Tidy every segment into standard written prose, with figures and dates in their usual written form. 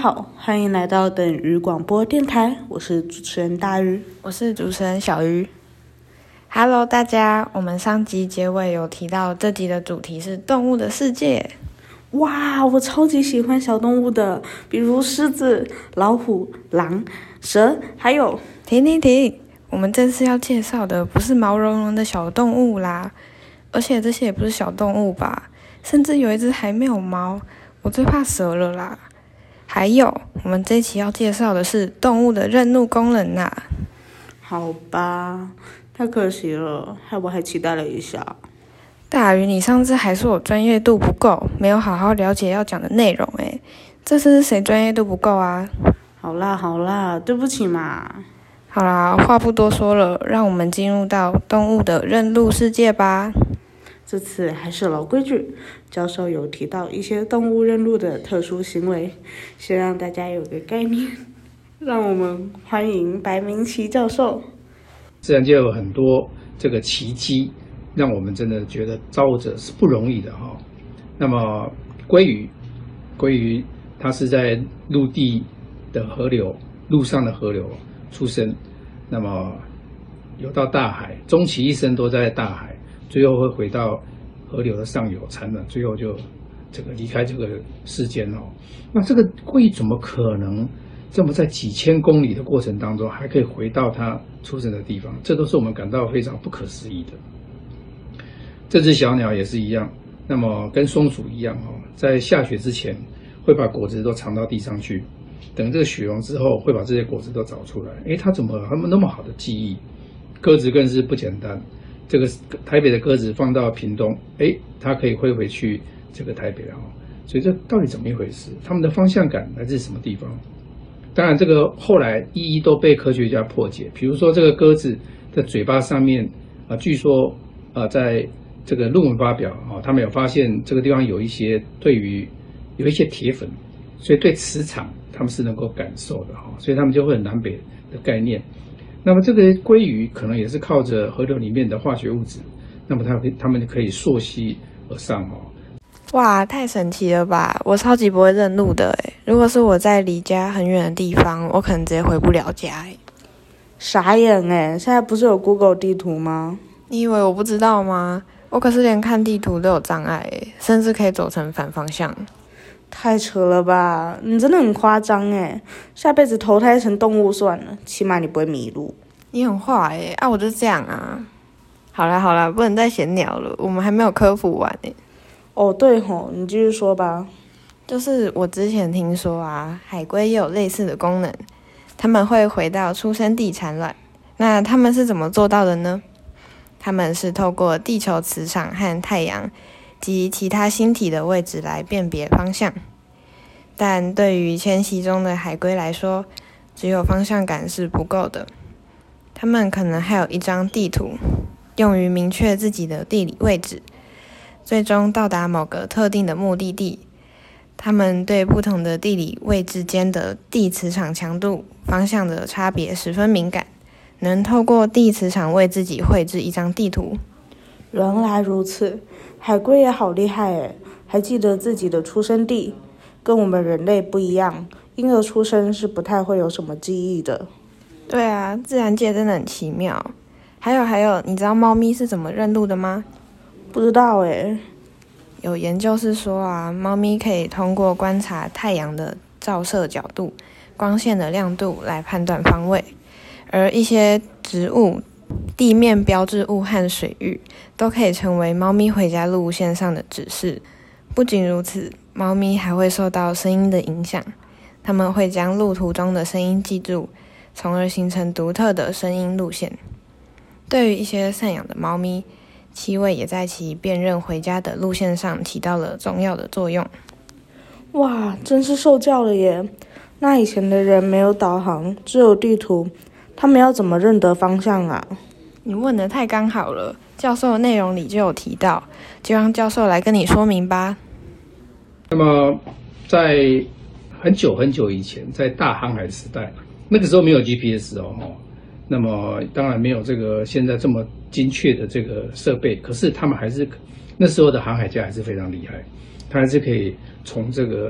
好，欢迎来到等鱼广播电台，我是主持人大鱼， 我是主持人小鱼。Hello， 大家，我们上集结尾有提到这集的主题是动物的世界。 哇，我超级喜欢小动物的，比如狮子、老虎、狼、蛇，还有…… 停！我们这次要介绍的不是毛茸茸的小动物啦，而且这些也不是小动物吧，甚至有一只还没有毛，我最怕蛇了啦。还有，我们这一期要介绍的是动物的认路功能啦。 好吧，太可惜了，害我还期待了一下。 大鱼，你上次还说我专业度不够，没有好好了解要讲的内容诶，这次是谁专业度不够啊？ 好啦，对不起嘛。 好啦，话不多说了，让我们进入到动物的认路世界吧。 这次还是老规矩，教授有提到一些动物认路的特殊行为，先让大家有个概念。让我们欢迎白明奇教授。 自然界有很多这个奇迹，让我们真的觉得造物者是不容易的哈。那么鲑鱼它是在陆地的河流、陆上的河流出生，那么游到大海，终其一生都在大海，最后会回到河流的上游产卵，最后就这个离开这个世间哦。那这个鲑鱼怎么可能这么在几千公里的过程当中还可以回到它出生的地方？这都是我们感到非常不可思议的。这只小鸟也是一样，那么跟松鼠一样哦，在下雪之前会把果子都藏到地上去，等这个雪融之后会把这些果子都找出来。它怎么那么好的记忆？鸽子更是不简单，这个台北的鸽子放到屏东，它可以飞回去这个台北了哦。所以这到底怎么一回事？它们的方向感来自什么地方？当然这个后来一一都被科学家破解。比如说这个鸽子的嘴巴上面据说在这个论文发表他们有发现这个地方有一些铁粉，所以对磁场他们是能够感受的所以他们就会很南北的概念。那么这个鲑鱼可能也是靠着河流里面的化学物质，那么它们可以溯溪而上哇，太神奇了吧！我超级不会认路的诶，如果是我在离家很远的地方，我可能直接回不了家诶。 傻眼诶，现在不是有 Google 地图吗？ 你以为我不知道吗？我可是连看地图都有障碍诶，甚至可以走成反方向。 太扯了吧，你真的很夸张诶，下辈子投胎成动物算了，起码你不会迷路。 你很坏诶，我就是这样啊。好啦，不能再闲聊了，我们还没有科普完诶。 哦，对吼，你继续说吧。 就是我之前听说海龟也有类似的功能，它们会回到出生地产卵。那它们是怎么做到的呢？它们是透过地球磁场和太阳及其他星体的位置来辨别方向。但对于迁徙中的海龟来说，只有方向感是不够的。它们可能还有一张地图，用于明确自己的地理位置，最终到达某个特定的目的地。他们对不同的地理位置间的地磁场强度、方向的差别十分敏感，能透过地磁场为自己绘制一张地图。 原来如此，海龟也好厉害诶，还记得自己的出生地。跟我们人类不一样，婴儿出生是不太会有什么记忆的。 对啊，自然界真的很奇妙。还有，你知道猫咪是怎么认路的吗？ 不知道诶。 有研究是说猫咪可以通过观察太阳的照射角度、光线的亮度来判断方位，而一些植物、地面标志物和水域都可以成为猫咪回家路线上的指示。不仅如此，猫咪还会受到声音的影响，它们会将路途中的声音记住，从而形成独特的声音路线。对于一些赡养的猫咪，气味也在其辨认回家的路线上起到了重要的作用。 哇，真是受教了耶！那以前的人没有导航，只有地图，他们要怎么认得方向啊？ 你问得太刚好了，教授的内容里就有提到，就让教授来跟你说明吧。 那么在很久很久以前，在大航海时代，那个时候没有 GPS 那么当然没有这个现在这么精确的这个设备，可是他们还是那时候的航海家还是非常厉害，他还是可以从这个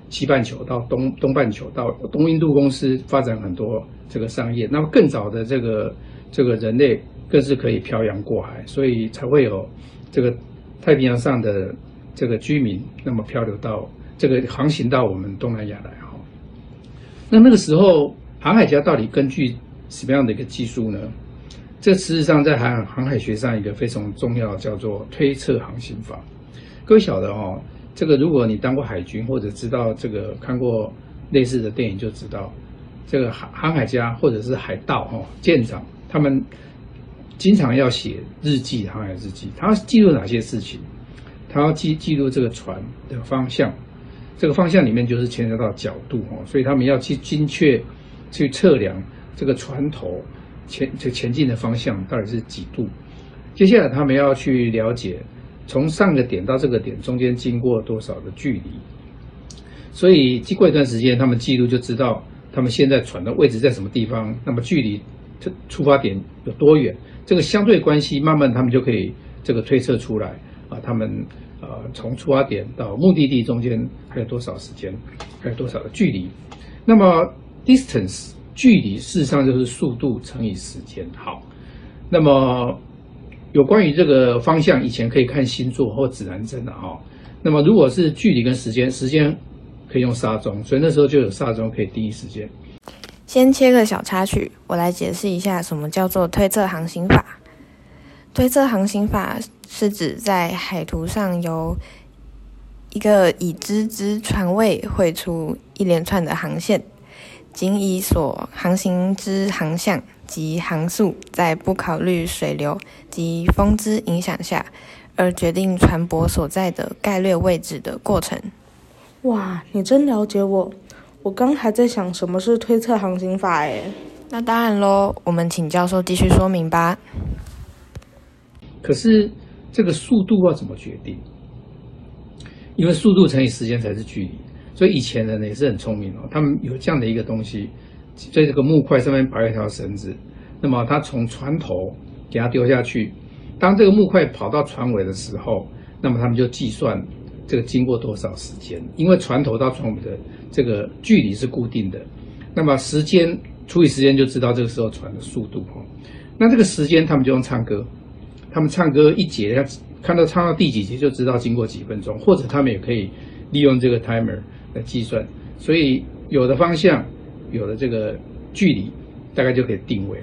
西半球到东半球到东印度公司发展很多这个商业。那么更早的这个人类更是可以漂洋过海，所以才会有这个太平洋上的这个居民，那么漂流到这个航行到我们东南亚来哈。那个时候航海家到底根据什么样的一个技术呢？这事实上在航海学上一个非常重要，叫做推测航行法。各位晓得哦，这个如果你当过海军或者知道这个看过类似的电影，就知道这个航海家或者是海盗舰长，他们经常要写日记，航海日记，他要记录哪些事情？他要记录这个船的方向，这个方向里面就是牵涉到角度所以他们要去精确去测量这个船头前进的方向到底是几度。接下来他们要去了解从上个点到这个点中间经过多少的距离，所以经过一段时间，他们记录就知道他们现在船的位置在什么地方，那么距离出发点有多远，这个相对关系慢慢他们就可以这个推测出来他们从出发点到目的地中间还有多少时间，还有多少的距离。那么 distance 距离事实上就是速度乘以时间。好，那么有关于这个方向，以前可以看星座或指南针的那么如果是距离跟时间可以用沙钟，所以那时候就有沙钟可以定义时间。 先切个小插曲，我来解释一下什么叫做推测航行法。推测航行法是指在海图上由一个已知之船位绘出一连串的航线，仅以所航行之航向及航速，在不考虑水流及风之影响下，而决定船舶所在的概略位置的过程。 哇，你真了解我！我刚还在想什么是推测航行法耶。 那当然咯，我们请教授继续说明吧。 可是这个速度要怎么决定？因为速度乘以时间才是距离，所以以前人也是很聪明他们有这样的一个东西，在这个木块上面绑一条绳子，那么他从船头给它丢下去，当这个木块跑到船尾的时候，那么他们就计算这个经过多少时间，因为船头到船尾的这个距离是固定的，那么时间除以时间就知道这个时候船的速度那这个时间他们就用唱歌，他们唱歌一节唱到第几节就知道经过几分钟，或者他们也可以利用这个 timer 来计算，所以有的方向有的这个距离大概就可以定位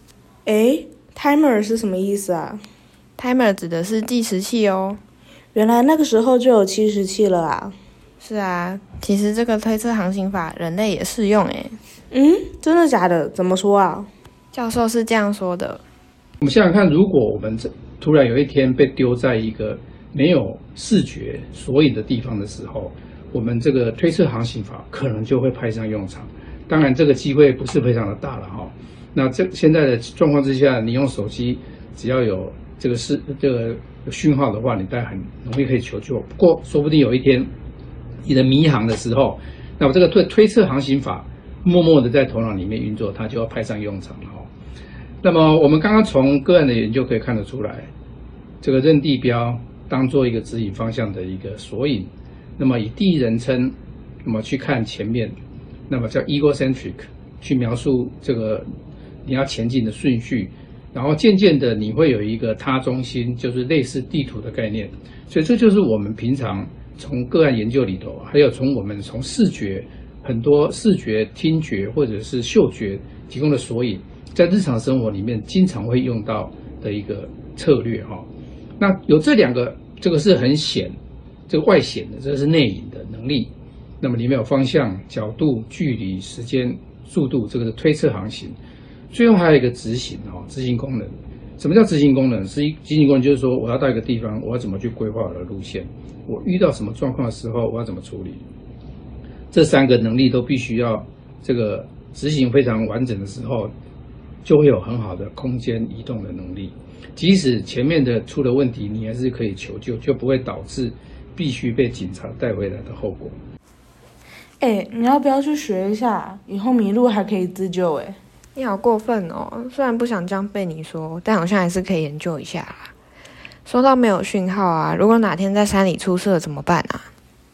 timer 是什么意思啊？ Timer 指的是计时器哦。 原来那个时候就有计时器了啊。 是啊，其实这个推测航行法人类也适用诶。 真的假的？怎么说啊？ 教授是这样说的。 我们想想看，如果我们突然有一天被丢在一个没有视觉索引的地方的时候，我们这个推测航行法可能就会派上用场。当然这个机会不是非常的大了那现在的状况之下，你用手机只要有这个讯号的话，你大概很容易可以求救。不过说不定有一天你的迷航的时候，那么这个推测航行法默默的在头脑里面运作，它就要派上用场了那么我们刚刚从个案的研究可以看得出来，这个认地标当做一个指引方向的一个索引，那么以第一人称，那么去看前面，那么叫 egocentric 去描述这个你要前进的顺序，然后渐渐的你会有一个他中心，就是类似地图的概念。所以这就是我们平常从个案研究里头，还有从视觉，很多视觉、听觉或者是嗅觉提供的索引，在日常生活里面经常会用到的一个策略那有这两个，这个是很显，这个外显的，这个是内隐的能力。那么里面有方向、角度、距离、时间、速度，这个是推测航行。最后还有一个执行功能。什么叫执行功能？执行功能就是说，我要到一个地方，我要怎么去规划我的路线？我遇到什么状况的时候，我要怎么处理？这三个能力都必须要这个执行非常完整的时候，就会有很好的空间移动的能力。即使前面的出了问题，你还是可以求救，就不会导致必须被警察带回来的后果。 你要不要去学一下？以后迷路还可以自救你好过分哦！虽然不想这样被你说，但好像还是可以研究一下啦。说到没有讯号啊，如果哪天在山里出事了怎么办啊？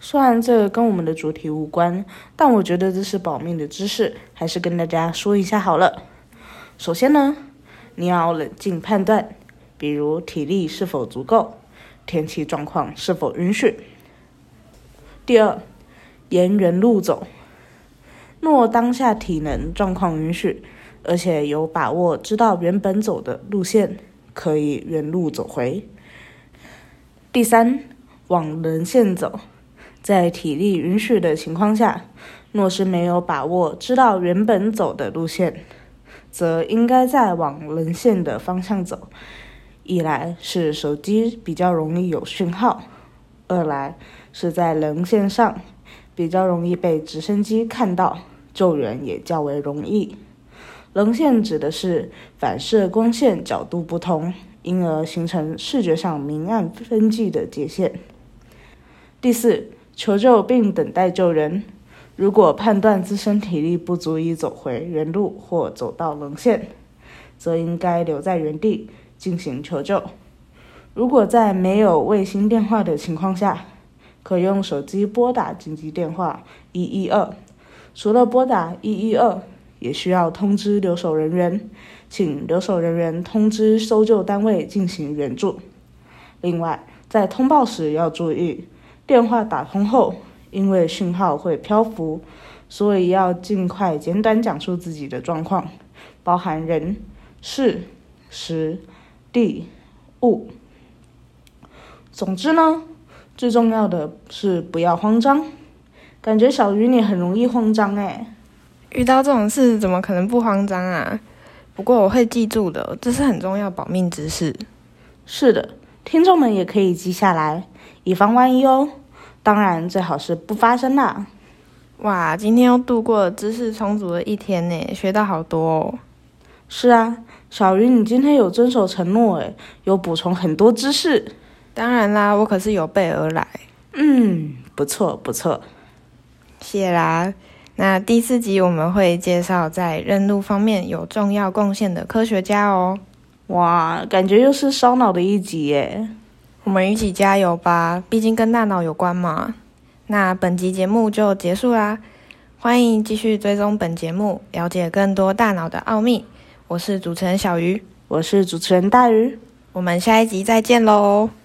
虽然这个跟我们的主题无关，但我觉得这是保命的知识，还是跟大家说一下好了。首先呢，你要冷静判断，比如体力是否足够，天气状况是否允许。第二，沿原路走。若当下体能状况允许，而且有把握知道原本走的路线，可以原路走回。第三，往人线走。在体力允许的情况下，若是没有把握知道原本走的路线，则应该再往人线的方向走。一来是手机比较容易有讯号，二来是在人线上比较容易被直升机看到，救援也较为容易。人线指的是反射光线角度不同，因而形成视觉上明暗分际的界限。第四，求救并等待救人。如果判断自身体力不足以走回原路或走到人线，则应该留在原地进行求救。如果在没有卫星电话的情况下，可用手机拨打紧急电话112。除了拨打112，也需要通知留守人员，请留守人员通知搜救单位进行援助。另外，在通报时要注意，电话打通后，因为讯号会漂浮，所以要尽快简短讲述自己的状况，包含人、事、时、地、物。总之呢，最重要的是不要慌张。感觉小鱼你很容易慌张欸。 遇到这种事怎么可能不慌张啊？不过我会记住的，这是很重要保命知识。 是的，听众们也可以记下来，以防万一哦。当然最好是不发生啦。 哇，今天又度过了知识充足的一天呢，学到好多哦。 是啊，小鱼你今天有遵守承诺诶，有补充很多知识。 当然啦，我可是有备而来。 不错不错。 谢啦。那第4集我们会介绍在认路方面有重要贡献的科学家哦。 哇，感觉又是烧脑的一集耶。 我们一起加油吧，毕竟跟大脑有关嘛。那本集节目就结束啦，欢迎继续追踪本节目，了解更多大脑的奥秘。我是主持人小鱼， 我是主持人大鱼， 我们下一集再见喽。